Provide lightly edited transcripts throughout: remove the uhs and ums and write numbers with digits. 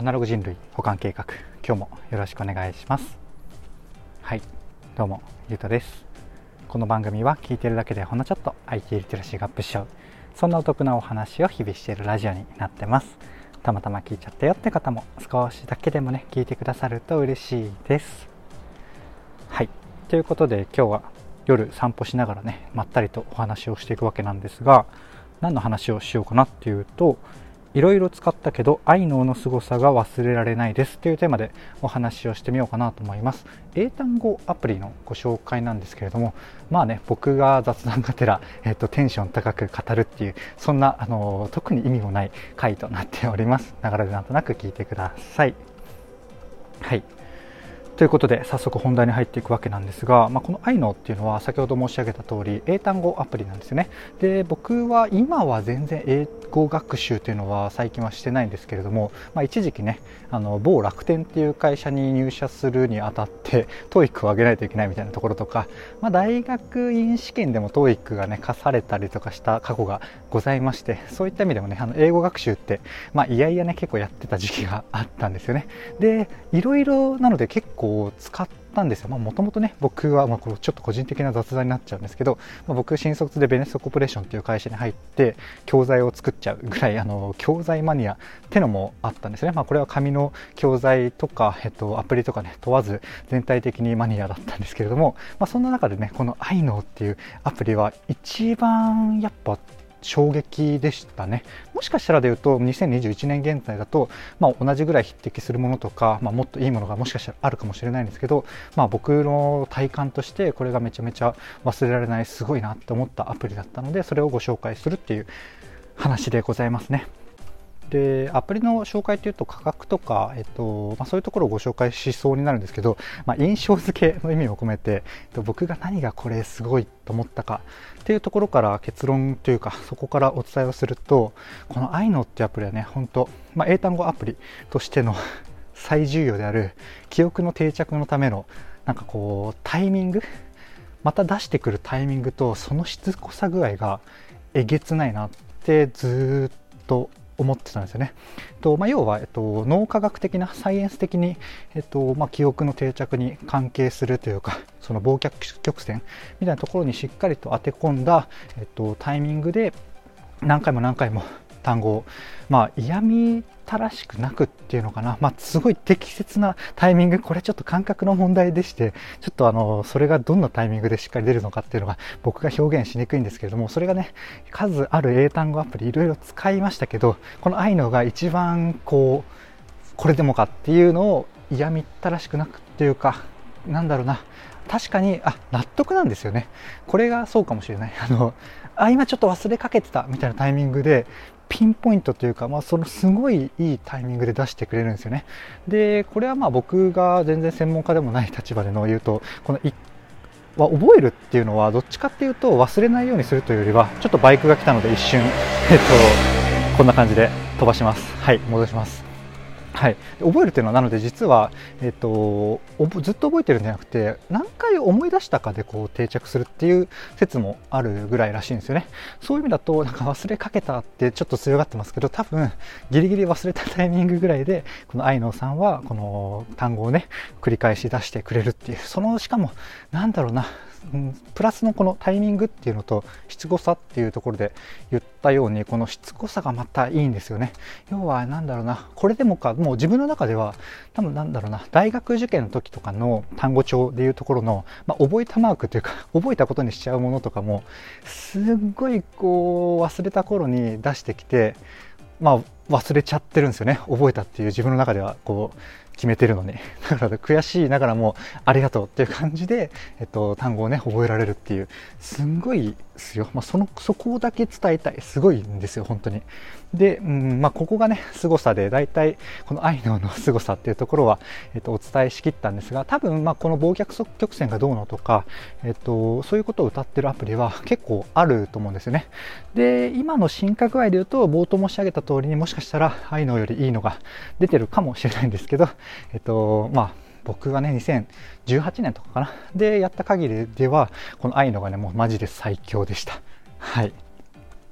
ナログ人類補完計画、今日もよろしくお願いします。はい、どうもゆうとです。この番組は聞いているだけでほんのちょっと IT リテラシーがアップしちゃう、そんなお得なお話を日々しているラジオになってます。たまたま聞いちゃったよって方も少しだけでもね聞いてくださると嬉しいです。はい、ということで今日は夜散歩しながらねまったりとお話をしていくわけなんですが、何の話をしようかなっていうと、いろいろ使ったけどアイノーの凄さが忘れられないですというテーマでお話をしてみようかなと思います。英単語アプリのご紹介なんですけれども、まあね、僕が雑談がてら、テンション高く語るっていう、そんな特に意味もない回となっております。ながらでなんとなく聞いてください。はい、ということで早速本題に入っていくわけなんですが、この iKnow っていうのは先ほど申し上げた通り英単語アプリなんですよね。で、僕は今は全然英語学習というのは最近はしてないんですけれども、一時期ね某楽天っていう会社に入社するにあたって TOEIC を上げないといけないみたいなところとか、大学院試験でも TOEIC がね課されたりとかした過去がございまして、そういった意味でもね英語学習っていやいやね結構やってた時期があったんですよね。で、いろいろなので結構使ったんですよ。もともとね僕はこれちょっと個人的な雑談になっちゃうんですけど、僕新卒でベネットコーポレーションっていう会社に入って教材を作っちゃうぐらい教材マニアってのもあったんですね。これは紙の教材とか、アプリとかね問わず全体的にマニアだったんですけれども、そんな中でねこの iKnow っていうアプリは一番やっぱ衝撃でしたね。もしかしたらでいうと2021年現在だと、同じぐらい匹敵するものとか、もっといいものがもしかしたらあるかもしれないんですけど、僕の体感としてこれがめちゃめちゃ忘れられない、すごいなって思ったアプリだったので、それをご紹介するっていう話でございますね。で、アプリの紹介というと価格とか、そういうところをご紹介しそうになるんですけど、印象付けの意味を込めて、僕が何がこれすごいと思ったかっていうところから結論というか、そこからお伝えをすると、この iKnow っていうアプリはね本当、英単語アプリとしての最重要である記憶の定着のためのタイミング、また出してくるタイミングとそのしつこさ具合がえげつないなってずっと思ってたんですよね。要は、脳科学的なサイエンス的に、記憶の定着に関係するというか、その忘却曲線みたいなところにしっかりと当て込んだ、タイミングで何回も何回も単語を、嫌みたらしくなくっていうのかな、すごい適切なタイミング、これちょっと感覚の問題でして、ちょっとそれがどんなタイミングでしっかり出るのかっていうのが僕が表現しにくいんですけれども、それがね数ある英単語アプリいろいろ使いましたけど、このiKnowが一番これでもかっていうのを嫌みったらしくなくっていうか、確かに納得なんですよね。これがそうかもしれない。今ちょっと忘れかけてたみたいなタイミングでピンポイントというか、そのすごいいいタイミングで出してくれるんですよね。で、これは僕が全然専門家でもない立場での言うと、この覚えるっていうのはどっちかっていうと忘れないようにするというよりは、ちょっとバイクが来たので一瞬こんな感じで飛ばします。はい、戻します。はい、覚えるというのはなので実は、ずっと覚えてるんじゃなくて、何回思い出したかで定着するっていう説もあるぐらいらしいんですよね。そういう意味だと忘れかけたってちょっと強がってますけど、多分ギリギリ忘れたタイミングぐらいでこのiKnowさんはこの単語をね繰り返し出してくれるっていう、そのしかもプラスのこのタイミングっていうのとしつこさっていうところで言ったように、このしつこさがまたいいんですよね。要はこれでもか、もう自分の中では多分大学受験の時とかの単語帳でいうところの、覚えたマークというか覚えたことにしちゃうものとかもすっごい忘れた頃に出してきて、忘れちゃってるんですよね。覚えたっていう自分の中では決めてるのに、だから悔しいながらもありがとうっていう感じで、単語をね覚えられるっていう、すんごいですよ。そこだけ伝えたい、すごいんですよ本当に。で、ここがね凄さで、だいたいこのiKnowの凄さっていうところは、お伝えしきったんですが、多分この忘却曲線がどうのとか、そういうことを謳ってるアプリは結構あると思うんですよね。で、今の進化具合でいうと冒頭申し上げた通りに、もしかしたらiKnowよりいいのが出てるかもしれないんですけど、僕はね2018年とかかなでやった限りではこのiKnowがねもうマジで最強でした。はい。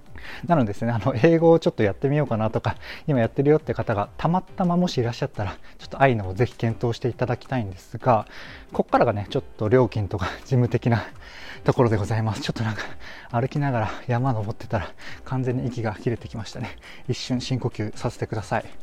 なのでですね、英語をちょっとやってみようかなとか、今やってるよって方がたまたまもしいらっしゃったら、ちょっとアイノをぜひ検討していただきたいんですが、ここからがね、ちょっと料金とか事務的なところでございます。ちょっとなんか歩きながら山登ってたら完全に息が切れてきましたね。一瞬深呼吸させてください。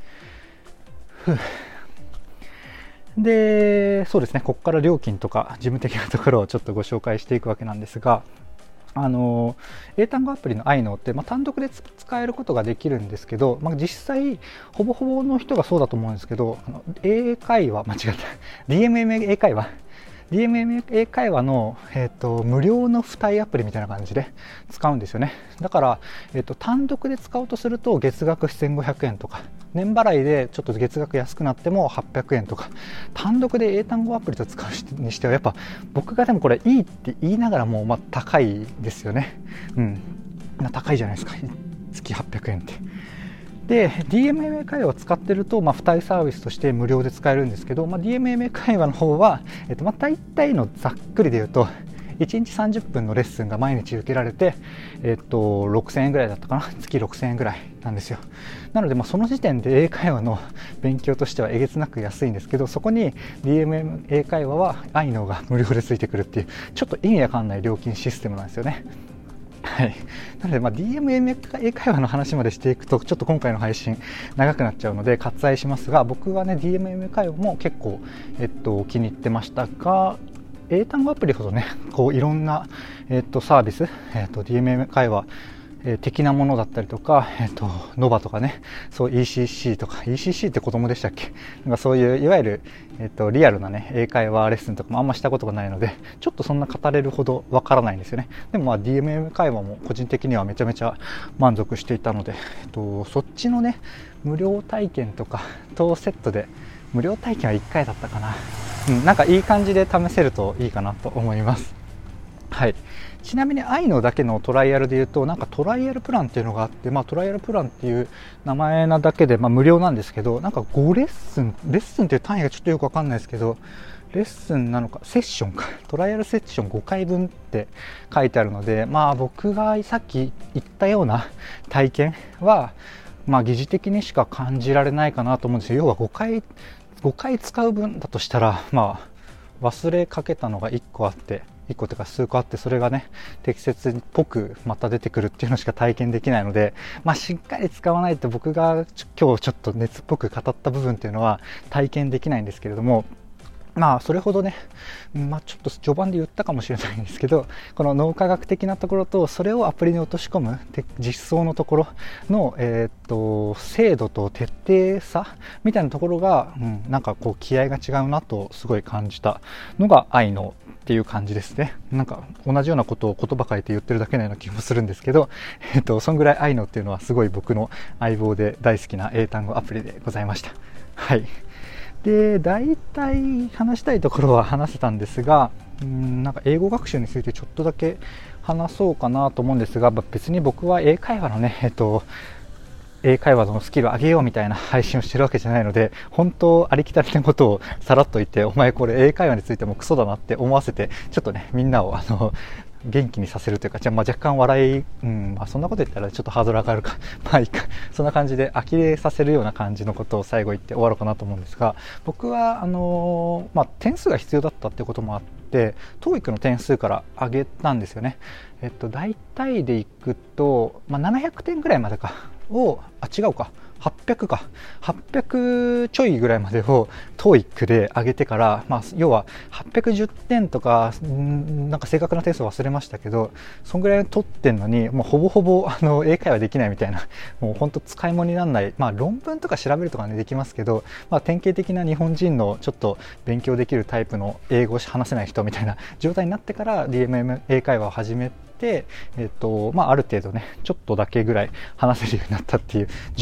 で、そうですね、ここから料金とか事務的なところをちょっとご紹介していくわけなんですが、英単語アプリのアイノって、単独で使えることができるんですけど、実際ほぼほぼの人がそうだと思うんですけど、英会話、間違えた、DMM 英会話英会話の、無料の付帯アプリみたいな感じで使うんですよね。だから、単独で使おうとすると月額1500円とか、年払いでちょっと月額安くなっても800円とか、単独で英単語アプリと使うにしてはやっぱ僕がでもこれいいって言いながらも高いですよね。高いじゃないですか、月800円って。で DMM 会話を使ってると、付帯サービスとして無料で使えるんですけど、DMM 会話の方は、大体のざっくりで言うと1日30分のレッスンが毎日受けられて、6000円ぐらいだったかな、月6000円ぐらいなんですよ。なので、その時点で英会話の勉強としてはえげつなく安いんですけど、そこに DMM 英会話はアイノが無料でついてくるっていう、ちょっと意味わかんない料金システムなんですよね。はい、なので、DMM 英会話の話までしていくとちょっと今回の配信長くなっちゃうので割愛しますが、僕はね DMM 英会話も結構、気に入ってましたが、英単語アプリほどねこういろんな、サービス、DMM 会話的なものだったりとか、ノバとかね、そう ECC とか ECC って子供でしたっけ、なんかそういういわゆる、リアルなね英会話レッスンとかもあんましたことがないので、ちょっとそんな語れるほどわからないんですよね。でもDMM 会話も個人的にはめちゃめちゃ満足していたので、そっちのね無料体験とかとセットで、無料体験は1回だったかな、なんかいい感じで試せるといいかなと思います。はい、ちなみにアイノだけのトライアルでいうと、なんかトライアルプランっていうのがあって、トライアルプランっていう名前なだけで、無料なんですけど、なんか5レッスンっていう単位がちょっとよくわかんないですけど、レッスンなのかセッションか、トライアルセッション5回分って書いてあるので、僕がさっき言ったような体験は疑似的にしか感じられないかなと思うんですよ。要は5回使う分だとしたら、忘れかけたのが1個あって、1個というか数個あって、それがね適切っぽくまた出てくるっていうのしか体験できないので、しっかり使わないと僕が今日ちょっと熱っぽく語った部分っていうのは体験できないんですけれども、それほどね、ちょっと序盤で言ったかもしれないんですけど、この脳科学的なところとそれをアプリに落とし込む実装のところの、精度と徹底さみたいなところが、なんかこう気合が違うなとすごい感じたのがアイノっていう感じですね。なんか同じようなことを言葉変えて言ってるだけのような気もするんですけど、そんぐらいアイノっていうのはすごい僕の相棒で大好きな英単語アプリでございました。はい。で、大体話したいところは話せたんですが、なんか英語学習についてちょっとだけ話そうかなと思うんですが、別に僕は英会話のね、英会話のスキルを上げようみたいな配信をしてるわけじゃないので、本当ありきたりなことをさらっと言って、お前これ英会話についてもクソだなって思わせて、ちょっとねみんなを元気にさせるというか、若干笑い、そんなこと言ったらちょっとハードル上がるかいいか、そんな感じで呆れさせるような感じのことを最後言って終わろうかなと思うんですが、僕は点数が必要だったってこともあって、TOEIC の点数から上げたんですよね。大体でいくと、700点ぐらいまでかを、違うか、800ちょいぐらいまでを TOEIC で上げてから、要は810点とか、なんか正確な点数忘れましたけど、そんぐらい取ってんのに、もうほぼほぼ英会話できないみたいな、もう本当使い物にならない、論文とか調べるとかねできますけど、典型的な日本人のちょっと勉強できるタイプの英語を話せない人みたいな状態になってから DMM 英会話を始めて、ある程度ねちょっとだけぐらい話せるようになったっていう順番で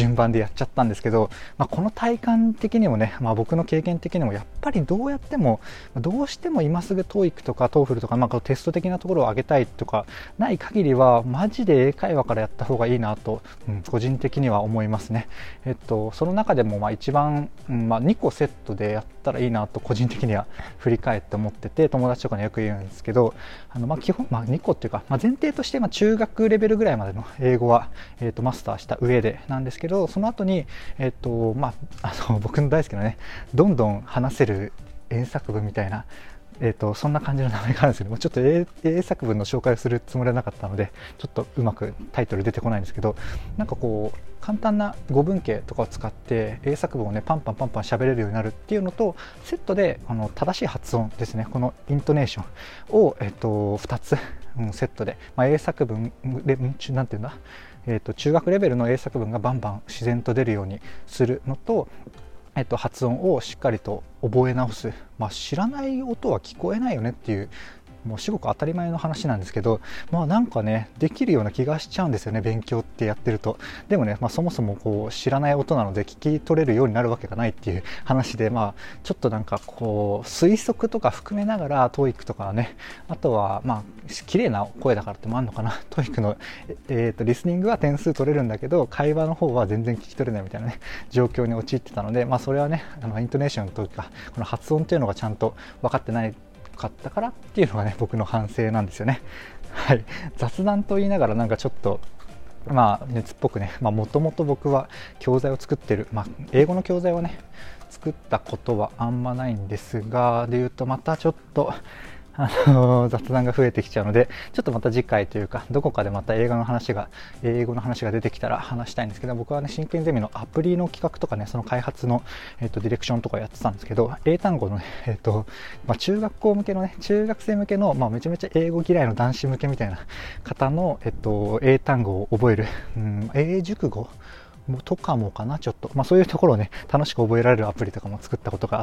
やっちゃったんですけど、この体感的にもね、僕の経験的にもやっぱりどうしても今すぐ TOEIC とか TOEFL とか、テスト的なところを上げたいとかない限りはマジで英会話からやった方がいいなと、個人的には思いますね。その中でも一番、2個セットでやったらいいなと個人的には振り返って思ってて、友達とかによく言うんですけど、基本、2個っていうか、前提として中学レベルぐらいまでの英語は、マスターした上でなんですけど、その後に、僕の大好きなね、どんどん話せる英作文みたいな、そんな感じの名前があるんですけど、ちょっと英作文の紹介をするつもりはなかったのでちょっとうまくタイトル出てこないんですけど、なんかこう簡単な語文系とかを使って英作文をねパンパン喋れるようになるっていうのとセットで正しい発音ですね、このイントネーションを、2つ、セットで、英作文でなんていうんだ、中学レベルの英作文がバンバン自然と出るようにするのと、発音をしっかりと覚え直す、知らない音は聞こえないよねっていう、もうすごく当たり前の話なんですけど、なんかねできるような気がしちゃうんですよね、勉強ってやってると。でもね、そもそもこう知らない音なので聞き取れるようになるわけがないっていう話で、ちょっとなんかこう推測とか含めながら TOEIC とかね、あとは綺麗な声だからってもあるのかな、TOEIC の、リスニングは点数取れるんだけど会話の方は全然聞き取れないみたいなね状況に陥ってたので、それはねイントネーションというかこの発音っていうのがちゃんと分かってないかったからっていうのがね僕の反省なんですよね。はい、雑談と言いながらなんかちょっと熱っぽくね、もともと僕は教材を作ってる、英語の教材をね作ったことはあんまないんですが、で言うとまたちょっと雑談が増えてきちゃうので、ちょっとまた次回というかどこかでまた英語の話が出てきたら話したいんですけど、僕はね真剣ゼミのアプリの企画とかねその開発の、ディレクションとかやってたんですけど、英単語のね、中学校向けのね中学生向けの、めちゃめちゃ英語嫌いの男子向けみたいな方の、英単語を覚える、英熟語とかもかな、ちょっと、そういうところをね楽しく覚えられるアプリとかも作ったことがあって、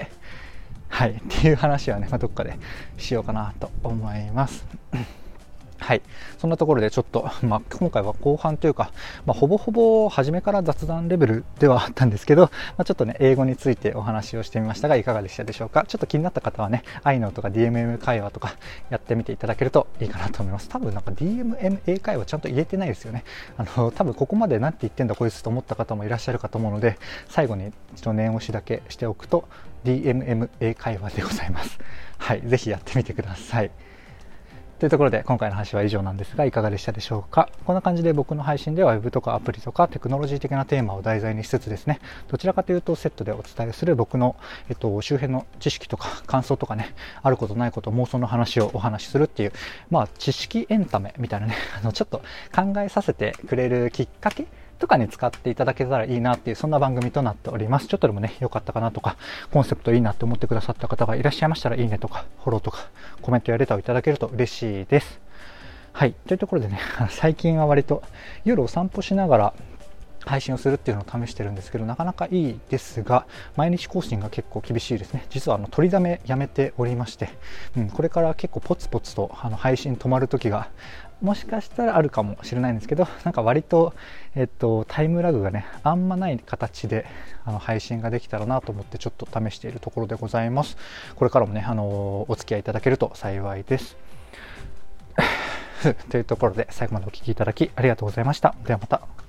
はいっていう話はね、どっかでしようかなと思いますはい、そんなところでちょっと、今回は後半というか、ほぼほぼ初めから雑談レベルではあったんですけど、ちょっとね英語についてお話をしてみましたがいかがでしたでしょうか。ちょっと気になった方はね iKnow とか DMM 会話とかやってみていただけるといいかなと思います。多分なんか DMM 英会話ちゃんと言えてないですよね。多分ここまでなんて言ってんだこいつと思った方もいらっしゃるかと思うので、最後に一度念押しだけしておくと DMM 英会話でございます。はい、ぜひやってみてください。というところで今回の話は以上なんですがいかがでしたでしょうか。こんな感じで僕の配信では Web とかアプリとかテクノロジー的なテーマを題材にしつつですね、どちらかというとセットでお伝えする僕の、周辺の知識とか感想とかね、あることないこと妄想の話をお話しするっていう、知識エンタメみたいなねちょっと考えさせてくれるきっかけとかに使っていただけたらいいなっていう、そんな番組となっております。ちょっとでもね良かったかなとかコンセプトいいなと思ってくださった方がいらっしゃいましたらいいねとかフォローとかコメントやレターをいただけると嬉しいです。はい、というところでね最近は割と夜お散歩しながら配信をするっていうのを試してるんですけど、なかなかいいですが毎日更新が結構厳しいですね。実は取りだめやめておりまして、これから結構ポツポツと配信止まる時がもしかしたらあるかもしれないんですけど、なんか割と、タイムラグがねあんまない形で配信ができたらなと思ってちょっと試しているところでございます。これからもねお付き合いいただけると幸いですというところで最後までお聞きいただきありがとうございました。ではまた。